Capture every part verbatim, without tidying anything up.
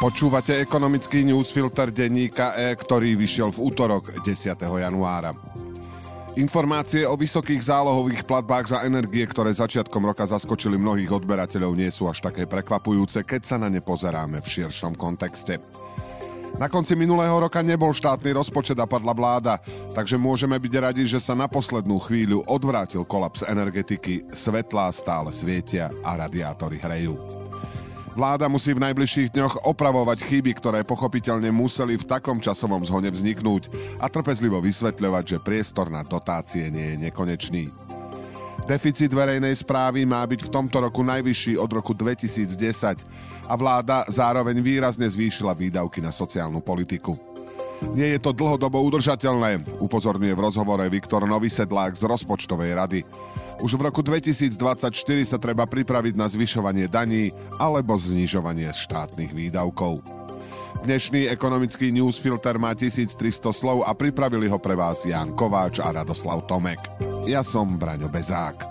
Počúvate ekonomický newsfilter denníka E, ktorý vyšiel v útorok desiateho januára. Informácie o vysokých zálohových platbách za energie, ktoré začiatkom roka zaskočili mnohých odberateľov, nie sú až také prekvapujúce, keď sa na ne pozeráme v širšom kontexte. Na konci minulého roka nebol štátny rozpočet a padla vláda, takže môžeme byť radi, že sa na poslednú chvíľu odvrátil kolaps energetiky, svetlá stále svietia a radiátory hrejú. Vláda musí v najbližších dňoch opravovať chyby, ktoré pochopiteľne museli v takom časovom zhone vzniknúť a trpezlivo vysvetľovať, že priestor na dotácie nie je nekonečný. Deficit verejnej správy má byť v tomto roku najvyšší od roku dvetisícdesať a vláda zároveň výrazne zvýšila výdavky na sociálnu politiku. Nie je to dlhodobo udržateľné, upozorňuje v rozhovore Viktor Novysedlák z rozpočtovej rady. Už v roku dvetisícdvadsaťštyri sa treba pripraviť na zvyšovanie daní alebo znižovanie štátnych výdavkov. Dnešný ekonomický newsfilter má tisíctristo slov a pripravili ho pre vás Ján Kováč a Radoslav Tomek. Ja som Braňo Bezák.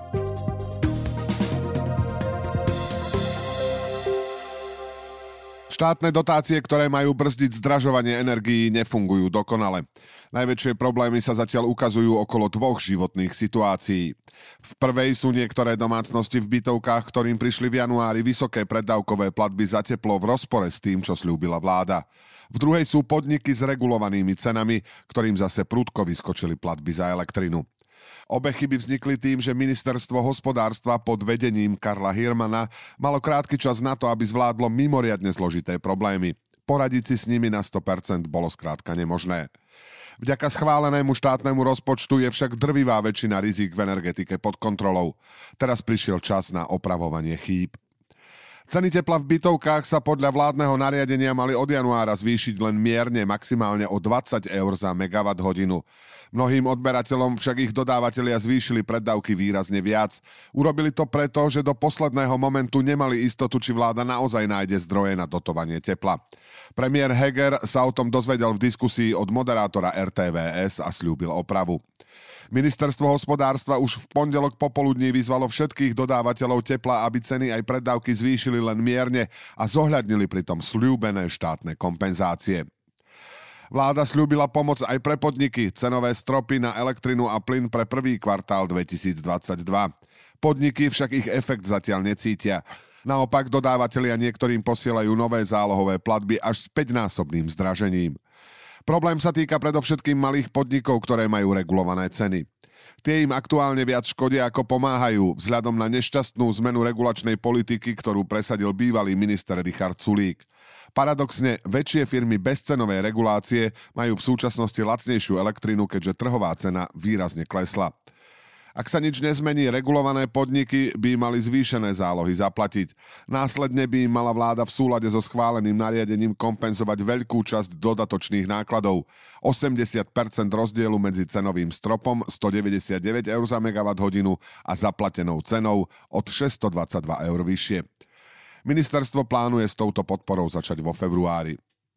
Štátne dotácie, ktoré majú brzdiť zdražovanie energií, nefungujú dokonale. Najväčšie problémy sa zatiaľ ukazujú okolo dvoch životných situácií. V prvej sú niektoré domácnosti v bytovkách, ktorým prišli v januári vysoké preddávkové platby za teplo v rozpore s tým, čo sľúbila vláda. V druhej sú podniky s regulovanými cenami, ktorým zase prudko vyskočili platby za elektrinu. Obe chyby vznikli tým, že ministerstvo hospodárstva pod vedením Karla Hirmana malo krátky čas na to, aby zvládlo mimoriadne zložité problémy. Poradiť si s nimi na sto percent bolo skrátka nemožné. Vďaka schválenému štátnemu rozpočtu je však drvivá väčšina rizik v energetike pod kontrolou. Teraz prišiel čas na opravovanie chýb. Ceny tepla v bytovkách sa podľa vládneho nariadenia mali od januára zvýšiť len mierne, maximálne o dvadsať eur za megawatt hodinu. Mnohým odberateľom však ich dodávateľia zvýšili preddavky výrazne viac. Urobili to preto, že do posledného momentu nemali istotu, či vláda naozaj nájde zdroje na dotovanie tepla. Premiér Heger sa o tom dozvedel v diskusii od moderátora er té vé es a sľúbil opravu. Ministerstvo hospodárstva už v pondelok popoludní vyzvalo všetkých dodávateľov tepla, aby ceny aj preddavky zvýšili len mierne a zohľadnili pritom sľúbené štátne kompenzácie. Vláda sľúbila pomoc aj pre podniky, cenové stropy na elektrinu a plyn pre prvý kvartál dvetisícdvadsaťdva. Podniky však ich efekt zatiaľ necítia. Naopak dodávateľia niektorým posielajú nové zálohové platby až s päťnásobným zdražením. Problém sa týka predovšetkým malých podnikov, ktoré majú regulované ceny. Tie im aktuálne viac škodia ako pomáhajú, vzhľadom na nešťastnú zmenu regulačnej politiky, ktorú presadil bývalý minister Richard Sulík. Paradoxne, väčšie firmy bez cenovej regulácie majú v súčasnosti lacnejšiu elektrinu, keďže trhová cena výrazne klesla. Ak sa nič nezmení, regulované podniky by mali zvýšené zálohy zaplatiť. Následne by im mala vláda v súlade so schváleným nariadením kompenzovať veľkú časť dodatočných nákladov. osemdesiat percent rozdielu medzi cenovým stropom stodeväťdesiatdeväť eur za megawatt hodinu a zaplatenou cenou od šesťstodvadsaťdva eur vyššie. Ministerstvo plánuje s touto podporou začať vo februári.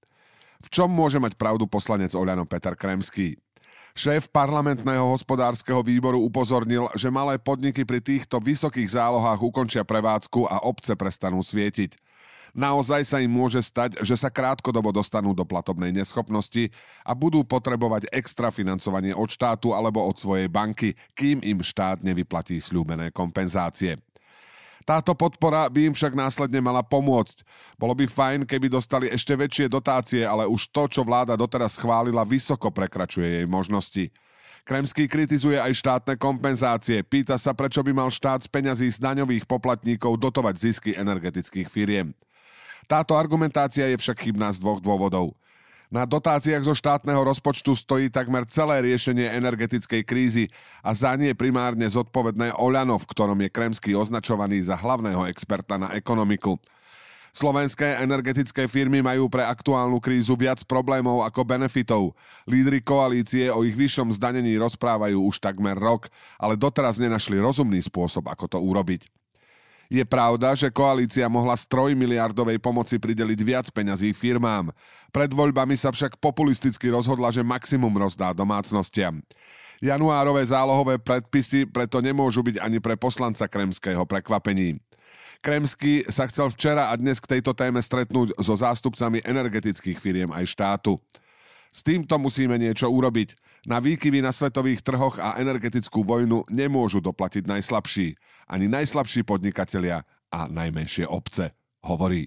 V čom môže mať pravdu poslanec Oľano Peter Kremský? Šéf parlamentného hospodárskeho výboru upozornil, že malé podniky pri týchto vysokých zálohách ukončia prevádzku a obce prestanú svietiť. Naozaj sa im môže stať, že sa krátkodobo dostanú do platobnej neschopnosti a budú potrebovať extra financovanie od štátu alebo od svojej banky, kým im štát nevyplatí sľúbené kompenzácie. Táto podpora by im však následne mala pomôcť. Bolo by fajn, keby dostali ešte väčšie dotácie, ale už to, čo vláda doteraz schválila, vysoko prekračuje jej možnosti. Kremský kritizuje aj štátne kompenzácie. Pýta sa, prečo by mal štát z peňazí z daňových poplatníkov dotovať zisky energetických firiem. Táto argumentácia je však chybná z dvoch dôvodov. Na dotáciách zo štátneho rozpočtu stojí takmer celé riešenie energetickej krízy a za nie primárne zodpovedné Oľano, v ktorom je Kremský označovaný za hlavného experta na ekonomiku. Slovenské energetické firmy majú pre aktuálnu krízu viac problémov ako benefitov. Lídri koalície o ich vyššom zdanení rozprávajú už takmer rok, ale doteraz nenašli rozumný spôsob, ako to urobiť. Je pravda, že koalícia mohla z trojmiliardovej pomoci prideliť viac peňazí firmám. Pred voľbami sa však populisticky rozhodla, že maximum rozdá domácnostiam. Januárové zálohové predpisy preto nemôžu byť ani pre poslanca Kremského prekvapením. Kremský sa chcel včera a dnes k tejto téme stretnúť so zástupcami energetických firiem aj štátu. S týmto musíme niečo urobiť. Na výkyvy na svetových trhoch a energetickú vojnu nemôžu doplatiť najslabší. Ani najslabší podnikatelia a najmenšie obce, hovorí.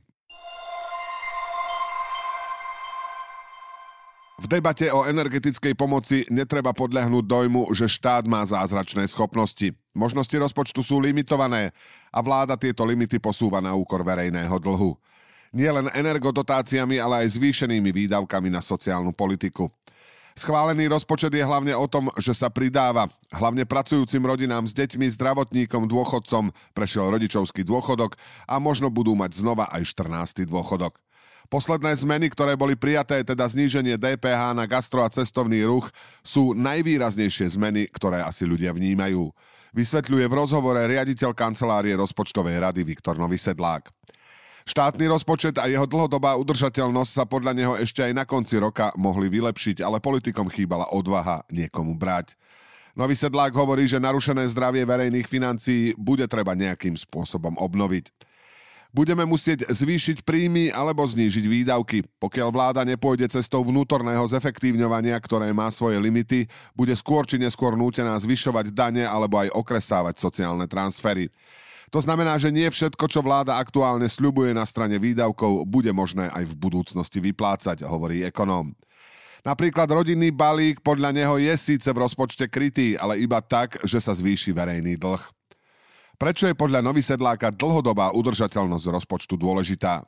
V debate o energetickej pomoci netreba podľahnúť dojmu, že štát má zázračné schopnosti. Možnosti rozpočtu sú limitované a vláda tieto limity posúva na úkor verejného dlhu. Nie len energodotáciami, ale aj zvýšenými výdavkami na sociálnu politiku. Schválený rozpočet je hlavne o tom, že sa pridáva. Hlavne pracujúcim rodinám s deťmi, zdravotníkom, dôchodcom prešiel rodičovský dôchodok a možno budú mať znova aj štrnásty dôchodok. Posledné zmeny, ktoré boli prijaté, teda zníženie dé pé há na gastro a cestovný ruch, sú najvýraznejšie zmeny, ktoré asi ľudia vnímajú. Vysvetľuje v rozhovore riaditeľ kancelárie rozpočtovej rady Viktor Nový Sedlák. Štátny rozpočet a jeho dlhodobá udržateľnosť sa podľa neho ešte aj na konci roka mohli vylepšiť, ale politikom chýbala odvaha niekomu brať. Nový Sedlák hovorí, že narušené zdravie verejných financií bude treba nejakým spôsobom obnoviť. Budeme musieť zvýšiť príjmy alebo znížiť výdavky. Pokiaľ vláda nepôjde cestou vnútorného zefektívňovania, ktoré má svoje limity, bude skôr či neskôr nútená zvyšovať dane alebo aj okresávať sociálne transfery. To znamená, že nie všetko, čo vláda aktuálne sľubuje na strane výdavkov, bude možné aj v budúcnosti vyplácať, hovorí ekonóm. Napríklad rodinný balík podľa neho je síce v rozpočte krytý, ale iba tak, že sa zvýši verejný dlh. Prečo je podľa Nový Sedláka dlhodobá udržateľnosť rozpočtu dôležitá?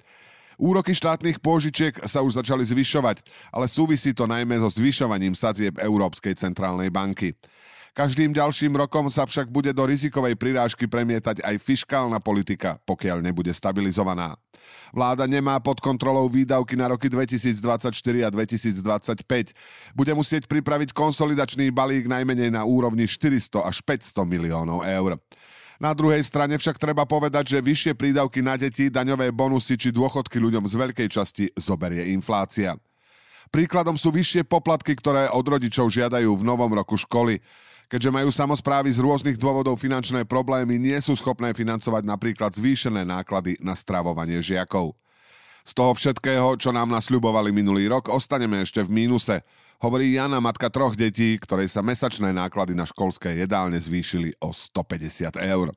Úroky štátnych pôžičiek sa už začali zvyšovať, ale súvisí to najmä so zvyšovaním sadzieb Európskej centrálnej banky. Každým ďalším rokom sa však bude do rizikovej prirážky premietať aj fiškálna politika, pokiaľ nebude stabilizovaná. Vláda nemá pod kontrolou výdavky na roky dvetisícdvadsaťštyri a dvetisícdvadsaťpäť. Bude musieť pripraviť konsolidačný balík najmenej na úrovni štyristo až päťsto miliónov eur. Na druhej strane však treba povedať, že vyššie prídavky na deti, daňové bonusy či dôchodky ľuďom z veľkej časti zoberie inflácia. Príkladom sú vyššie poplatky, ktoré od rodičov žiadajú v novom roku školy. Keďže majú samosprávy z rôznych dôvodov finančné problémy, nie sú schopné financovať napríklad zvýšené náklady na stravovanie žiakov. Z toho všetkého, čo nám nasľubovali minulý rok, ostaneme ešte v mínuse. Hovorí Jana, matka troch detí, ktorej sa mesačné náklady na školské jedálne zvýšili o stopäťdesiat eur.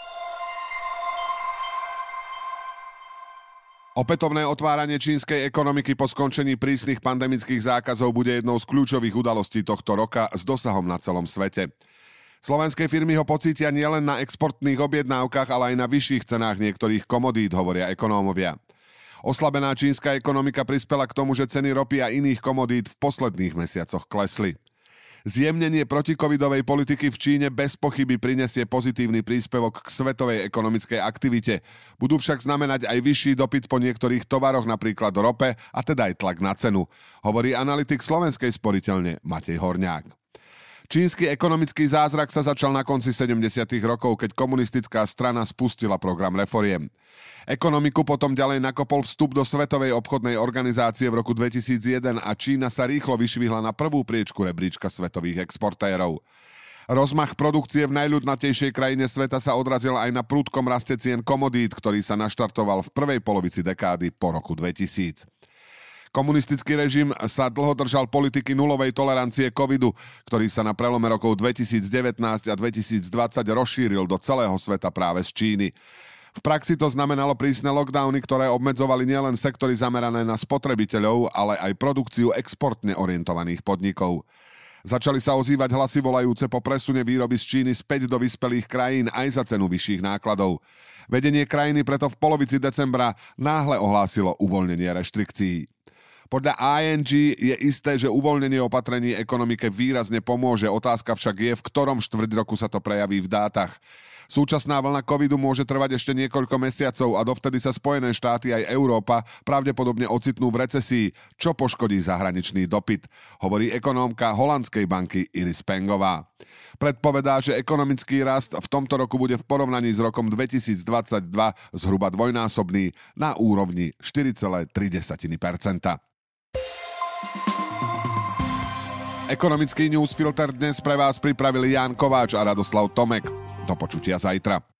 Opätovné otváranie čínskej ekonomiky po skončení prísnych pandemických zákazov bude jednou z kľúčových udalostí tohto roka s dosahom na celom svete. Slovenské firmy ho pocítia nielen na exportných objednávkach, ale aj na vyšších cenách niektorých komodít, hovoria ekonómovia. Oslabená čínska ekonomika prispela k tomu, že ceny ropy a iných komodít v posledných mesiacoch klesli. Zjemnenie protikovidovej politiky v Číne bez pochyby prinesie pozitívny príspevok k svetovej ekonomickej aktivite. Budú však znamenať aj vyšší dopyt po niektorých tovaroch, napríklad rope, a teda aj tlak na cenu, hovorí analytik Slovenskej sporiteľne Matej Horňák. Čínsky ekonomický zázrak sa začal na konci sedemdesiatych rokov, keď komunistická strana spustila program reforiem. Ekonomiku potom ďalej nakopol vstup do Svetovej obchodnej organizácie v roku dvetisícjeden a Čína sa rýchlo vyšvihla na prvú priečku rebríčka svetových exportérov. Rozmach produkcie v najľudnatejšej krajine sveta sa odrazil aj na prudkom raste cien komodít, ktorý sa naštartoval v prvej polovici dekády po roku dvetisíc. Komunistický režim sa dlho držal politiky nulovej tolerancie covidu, ktorý sa na prelome rokov dvetisícdevätnásť a dvetisícdvadsať rozšíril do celého sveta práve z Číny. V praxi to znamenalo prísne lockdowny, ktoré obmedzovali nielen sektory zamerané na spotrebiteľov, ale aj produkciu exportne orientovaných podnikov. Začali sa ozývať hlasy volajúce po presune výroby z Číny späť do vyspelých krajín aj za cenu vyšších nákladov. Vedenie krajiny preto v polovici decembra náhle ohlásilo uvoľnenie reštrikcií. Podľa í en gé je isté, že uvoľnenie opatrení ekonomike výrazne pomôže. Otázka však je, v ktorom štvrť roku sa to prejaví v dátach. Súčasná vlna covidu môže trvať ešte niekoľko mesiacov a dovtedy sa Spojené štáty aj Európa pravdepodobne ocitnú v recesii, čo poškodí zahraničný dopyt, hovorí ekonómka holandskej banky Iris Pengová. Predpovedá, že ekonomický rast v tomto roku bude v porovnaní s rokom dvetisícdvadsaťdva zhruba dvojnásobný na úrovni štyri celé tri percenta. Ekonomický newsfilter dnes pre vás pripravili Ján Kováč a Radoslav Tomek. Do počutia zajtra.